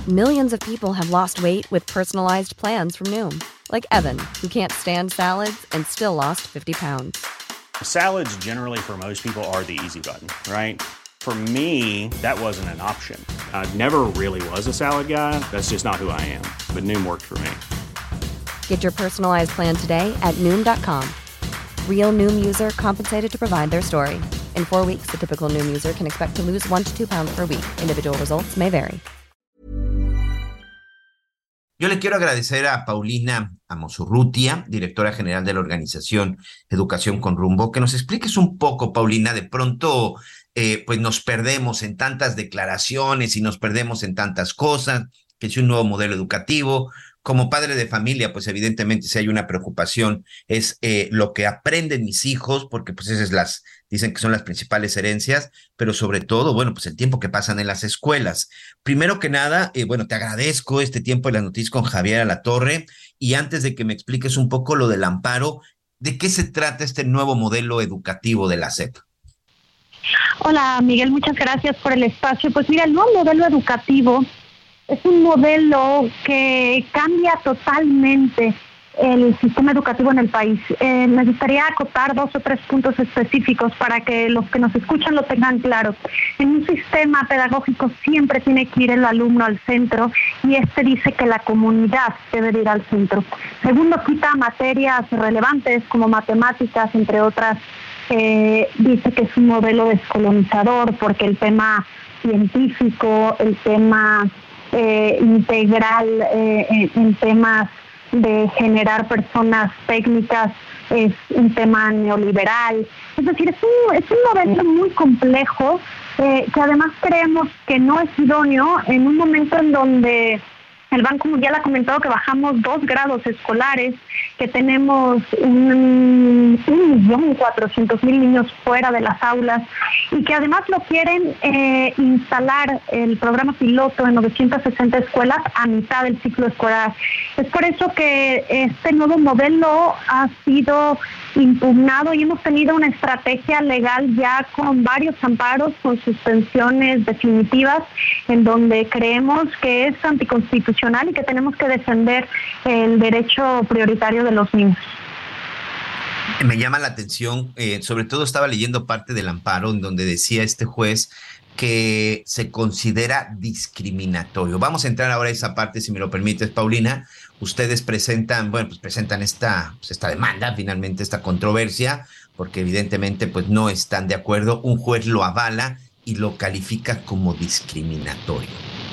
Millions of people have lost weight with personalized plans from Noom. Like Evan, who can't stand salads and still lost 50 pounds. Salads generally for most people are the easy button, right? For me, that wasn't an option. I never really was a salad guy. That's just not who I am. But Noom worked for me. Get your personalized plan today at Noom.com. Real Noom user compensated to provide their story. In 4 weeks, the typical Noom user can expect to lose 1 to 2 pounds per week. Individual results may vary. Yo le quiero agradecer a Paulina Amosurrutia, directora general de la organización Educación con Rumbo, que nos expliques un poco, Paulina. De pronto, pues nos perdemos en tantas declaraciones y nos perdemos en tantas cosas, que es un nuevo modelo educativo. Como padre de familia, pues evidentemente si hay una preocupación es lo que aprenden mis hijos, porque pues esas dicen que son las principales herencias, pero sobre todo, bueno, pues el tiempo que pasan en las escuelas. Primero que nada, bueno, te agradezco este tiempo de las noticias con Javier Alatorre, y antes de que me expliques un poco lo del amparo, ¿de qué se trata este nuevo modelo educativo de la SEP? Hola, Miguel, muchas gracias por el espacio. Pues mira, el nuevo modelo educativo es un modelo que cambia totalmente el sistema educativo en el país. Me gustaría acotar 2 o 3 puntos específicos para que los que nos escuchan lo tengan claro. En un sistema pedagógico siempre tiene que ir el alumno al centro, y dice que la comunidad debe de ir al centro. Segundo, quita materias relevantes como matemáticas, entre otras. Dice que es un modelo descolonizador porque el tema científico, el tema integral en temas de generar personas técnicas es un tema neoliberal. Es decir, es un modelo muy complejo que además creemos que no es idóneo en un momento en donde el Banco Mundial ha comentado que bajamos 2 grados escolares, que tenemos 1.400.000 niños fuera de las aulas, y que además lo quieren instalar el programa piloto en 960 escuelas a mitad del ciclo escolar. Es por eso que este nuevo modelo ha sido impugnado y hemos tenido una estrategia legal ya con varios amparos, con suspensiones definitivas, en donde creemos que es anticonstitucional y que tenemos que defender el derecho prioritario de los niños. Me llama la atención, sobre todo estaba leyendo parte del amparo en donde decía este juez que se considera discriminatorio. Vamos a entrar ahora a esa parte, si me lo permites, Paulina. Ustedes presentan esta demanda, finalmente esta controversia, porque evidentemente pues no están de acuerdo. Un juez lo avala y lo califica como discriminatorio.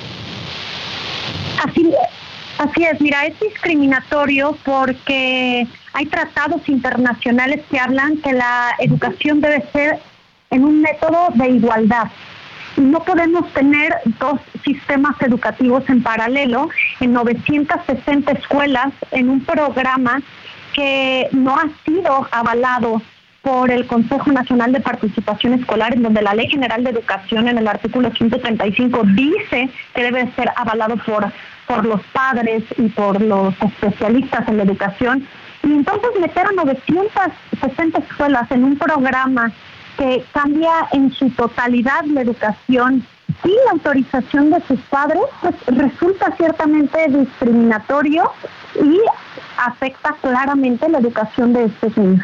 Así es, mira, es discriminatorio porque hay tratados internacionales que hablan que la educación debe ser en un método de igualdad. No podemos tener 2 sistemas educativos en paralelo en 960 escuelas en un programa que no ha sido avalado por el Consejo Nacional de Participación Escolar, en donde la Ley General de Educación en el artículo 135 dice que debe ser avalado por los padres y por los especialistas en la educación. Y entonces meter a 960 escuelas en un programa que cambia en su totalidad la educación sin la autorización de sus padres, pues resulta ciertamente discriminatorio y afecta claramente la educación de estos niños.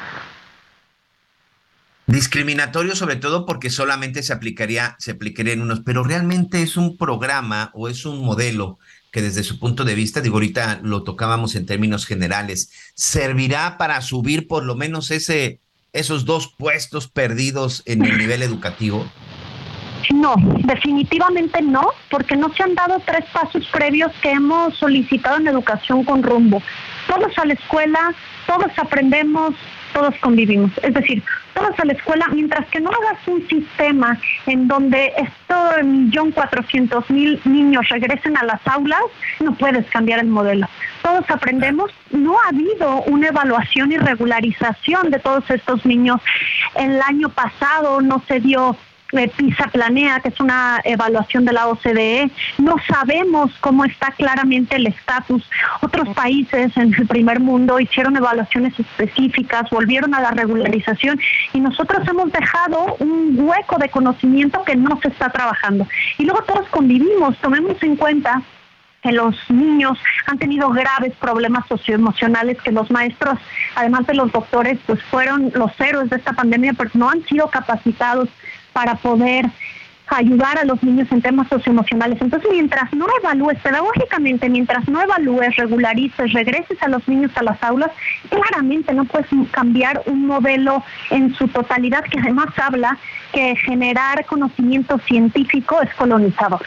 Discriminatorio sobre todo porque solamente se aplicaría en unos, pero realmente es un programa o es un modelo que desde su punto de vista, digo, ahorita lo tocábamos en términos generales, servirá para subir por lo menos esos 2 puestos perdidos en el nivel educativo. No, definitivamente no, porque no se han dado 3 pasos previos que hemos solicitado en Educación con Rumbo. Todos a la escuela, todos aprendemos, todos convivimos. Es decir, todos a la escuela, mientras que no hagas un sistema en donde estos 1.400.000 niños regresen a las aulas, no puedes cambiar el modelo. Todos aprendemos. No ha habido una evaluación y regularización de todos estos niños. El año pasado no se dio PISA Planea, que es una evaluación de la OCDE. No sabemos cómo está claramente el estatus. Otros países en el primer mundo hicieron evaluaciones específicas, volvieron a la regularización y nosotros hemos dejado un hueco de conocimiento que no se está trabajando. Y luego todos convivimos, tomemos en cuenta que los niños han tenido graves problemas socioemocionales, que los maestros, además de los doctores, pues fueron los héroes de esta pandemia, pero no han sido capacitados para poder ayudar a los niños en temas socioemocionales. Entonces, mientras no evalúes pedagógicamente, mientras no evalúes, regularices, regreses a los niños a las aulas, claramente no puedes cambiar un modelo en su totalidad, que además habla que generar conocimiento científico es colonizador.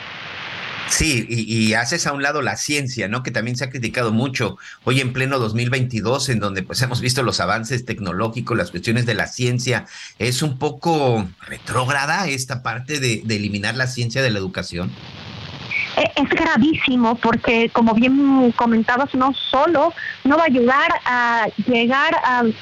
Sí, y haces a un lado la ciencia, ¿no? Que también se ha criticado mucho hoy en pleno 2022, en donde pues hemos visto los avances tecnológicos, las cuestiones de la ciencia. ¿Es un poco retrógrada esta parte de eliminar la ciencia de la educación? Es gravísimo porque, como bien comentabas, no solo no va a ayudar a llegar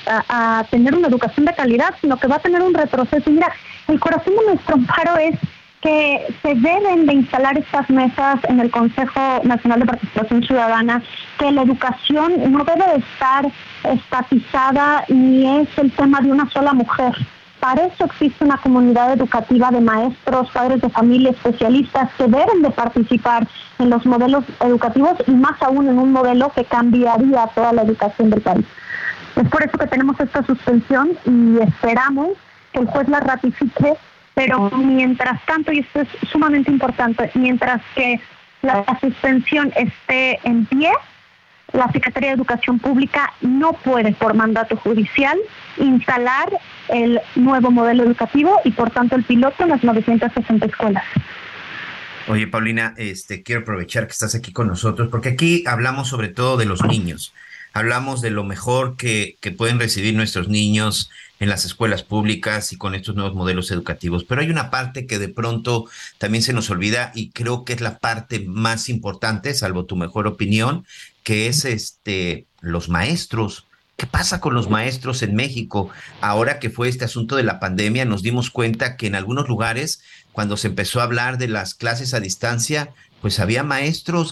a tener una educación de calidad, sino que va a tener un retroceso. Y mira, el corazón de nuestro amparo es que se deben de instalar estas mesas en el Consejo Nacional de Participación Ciudadana, que la educación no debe de estar estatizada ni es el tema de una sola mujer. Para eso existe una comunidad educativa de maestros, padres de familia, especialistas que deben de participar en los modelos educativos y más aún en un modelo que cambiaría toda la educación del país. Es por eso que tenemos esta suspensión y esperamos que el juez la ratifique. Pero mientras tanto, y esto es sumamente importante, mientras que la suspensión esté en pie, la Secretaría de Educación Pública no puede, por mandato judicial, instalar el nuevo modelo educativo y, por tanto, el piloto en las 960 escuelas. Oye, Paulina, quiero aprovechar que estás aquí con nosotros, porque aquí hablamos sobre todo de los niños. Hablamos de lo mejor que pueden recibir nuestros niños en las escuelas públicas y con estos nuevos modelos educativos. Pero hay una parte que de pronto también se nos olvida y creo que es la parte más importante, salvo tu mejor opinión, que es los maestros. ¿Qué pasa con los maestros en México? Ahora que fue este asunto de la pandemia, nos dimos cuenta que en algunos lugares, cuando se empezó a hablar de las clases a distancia, pues había maestros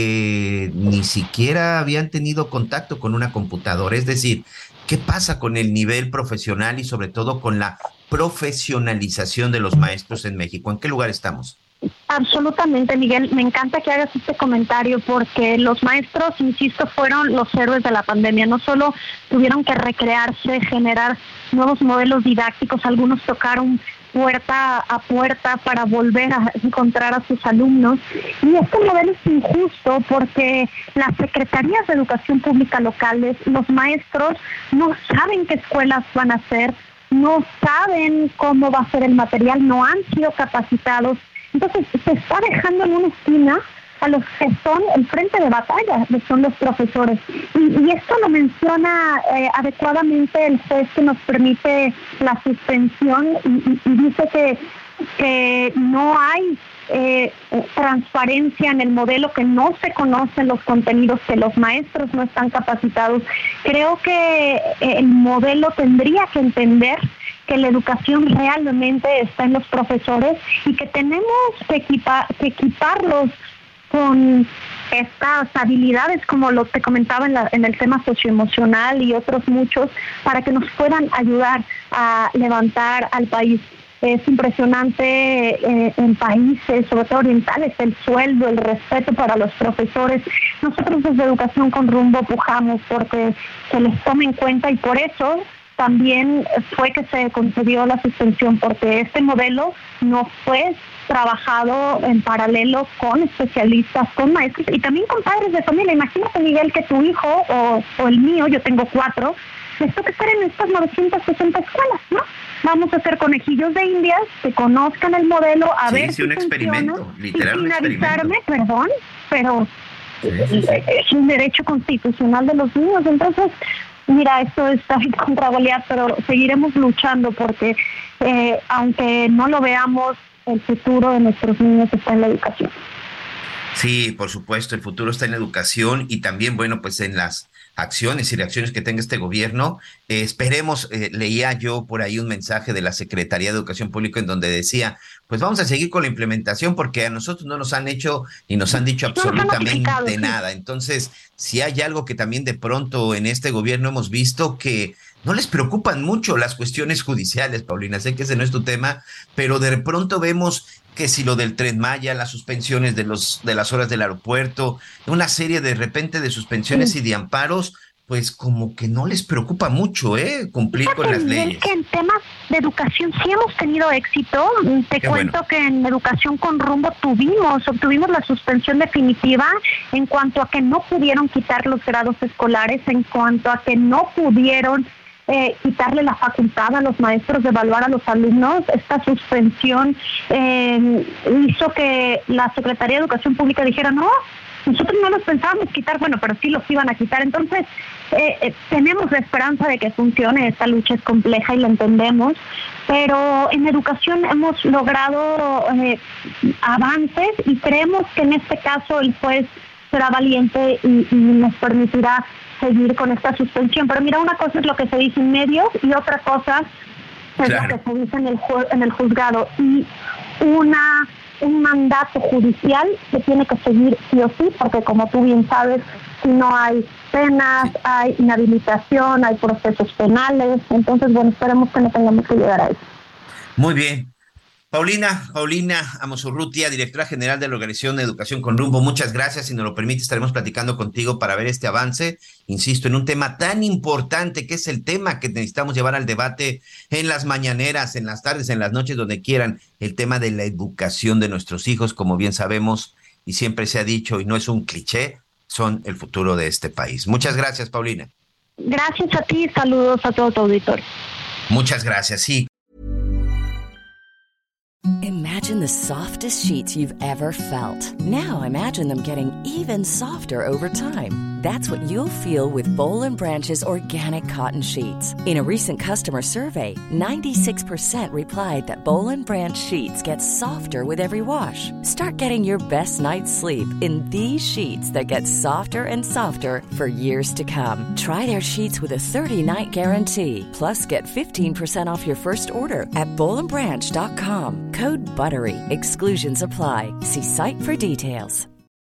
que ni siquiera habían tenido contacto con una computadora. Es decir, ¿qué pasa con el nivel profesional y sobre todo con la profesionalización de los maestros en México? ¿En qué lugar estamos? Absolutamente, Miguel. Me encanta que hagas este comentario porque los maestros, insisto, fueron los héroes de la pandemia. No solo tuvieron que recrearse, generar nuevos modelos didácticos, algunos tocaron puerta a puerta para volver a encontrar a sus alumnos. Y este modelo es injusto porque las secretarías de educación pública locales, los maestros, no saben qué escuelas van a hacer, no saben cómo va a ser el material, no han sido capacitados. Entonces se está dejando en una esquina a los que son el frente de batalla, que son los profesores. Y esto lo menciona adecuadamente el juez que nos permite la suspensión y dice que no hay transparencia en el modelo, que no se conocen los contenidos, que los maestros no están capacitados. Creo que el modelo tendría que entender que la educación realmente está en los profesores y que tenemos que equiparlos con estas habilidades, como lo te comentaba en el tema socioemocional y otros muchos, para que nos puedan ayudar a levantar al país. Es impresionante en países, sobre todo orientales, el sueldo, el respeto para los profesores. Nosotros desde Educación con Rumbo pujamos porque se les tome en cuenta y por eso también fue que se concedió la suspensión, porque este modelo no fue trabajado en paralelo con especialistas, con maestros y también con padres de familia. Imagínate, Miguel, que tu hijo o el mío, yo tengo 4, les toca estar en estas 960 escuelas, ¿no? Vamos a hacer conejillos de indias que conozcan el modelo, a ver si un experimento, literal, sin un avisarme, experimento. perdón, pero es un derecho constitucional de los niños. Entonces, mira, esto está en contra Goliat, pero seguiremos luchando porque aunque no lo veamos, el futuro de nuestros niños está en la educación. Sí, por supuesto, el futuro está en la educación y también, bueno, pues en las acciones y reacciones que tenga este gobierno. Esperemos, leía yo por ahí un mensaje de la Secretaría de Educación Pública en donde decía, pues vamos a seguir con la implementación porque a nosotros no nos han hecho ni nos han dicho absolutamente nada. Entonces, si hay algo que también de pronto en este gobierno hemos visto que no les preocupan mucho las cuestiones judiciales, Paulina, sé que ese no es tu tema, pero de pronto vemos que si lo del Tren Maya, las suspensiones de las horas del aeropuerto, una serie de repente de suspensiones y de amparos, pues como que no les preocupa mucho, cumplir con las leyes. Que en temas de educación sí hemos tenido éxito. Te cuento que en Educación con Rumbo obtuvimos la suspensión definitiva en cuanto a que no pudieron quitar los grados escolares, en cuanto a que no pudieron quitarle la facultad a los maestros de evaluar a los alumnos. Esta suspensión hizo que la Secretaría de Educación Pública dijera, no, nosotros no los pensábamos quitar, bueno, pero sí los iban a quitar. Entonces, tenemos la esperanza de que funcione. Esta lucha es compleja y la entendemos, pero en educación hemos logrado avances y creemos que en este caso el juez será valiente y nos permitirá seguir con esta suspensión. Pero mira, una cosa es lo que se dice en medios y otra cosa es lo que se dice en el juzgado. Y un mandato judicial que tiene que seguir sí o sí, porque como tú bien sabes, si no hay penas, hay inhabilitación, hay procesos penales. Entonces, bueno, esperemos que no tengamos que llegar a eso. Muy bien. Paulina Amosurrutia, directora general de la Organización Educación con Rumbo, muchas gracias. Si nos lo permite, estaremos platicando contigo para ver este avance, insisto, en un tema tan importante que es el tema que necesitamos llevar al debate en las mañaneras, en las tardes, en las noches, donde quieran, el tema de la educación de nuestros hijos, como bien sabemos, y siempre se ha dicho, y no es un cliché, son el futuro de este país. Muchas gracias, Paulina. Gracias a ti, saludos a todo tu auditorio. Muchas gracias, sí. Imagine the softest sheets you've ever felt. Now imagine them getting even softer over time. That's what you'll feel with Boll & Branch's organic cotton sheets. In a recent customer survey, 96% replied that Boll & Branch sheets get softer with every wash. Start getting your best night's sleep in these sheets that get softer and softer for years to come. Try their sheets with a 30-night guarantee. Plus, get 15% off your first order at bollandbranch.com. Code BUTTERY. Exclusions apply. See site for details.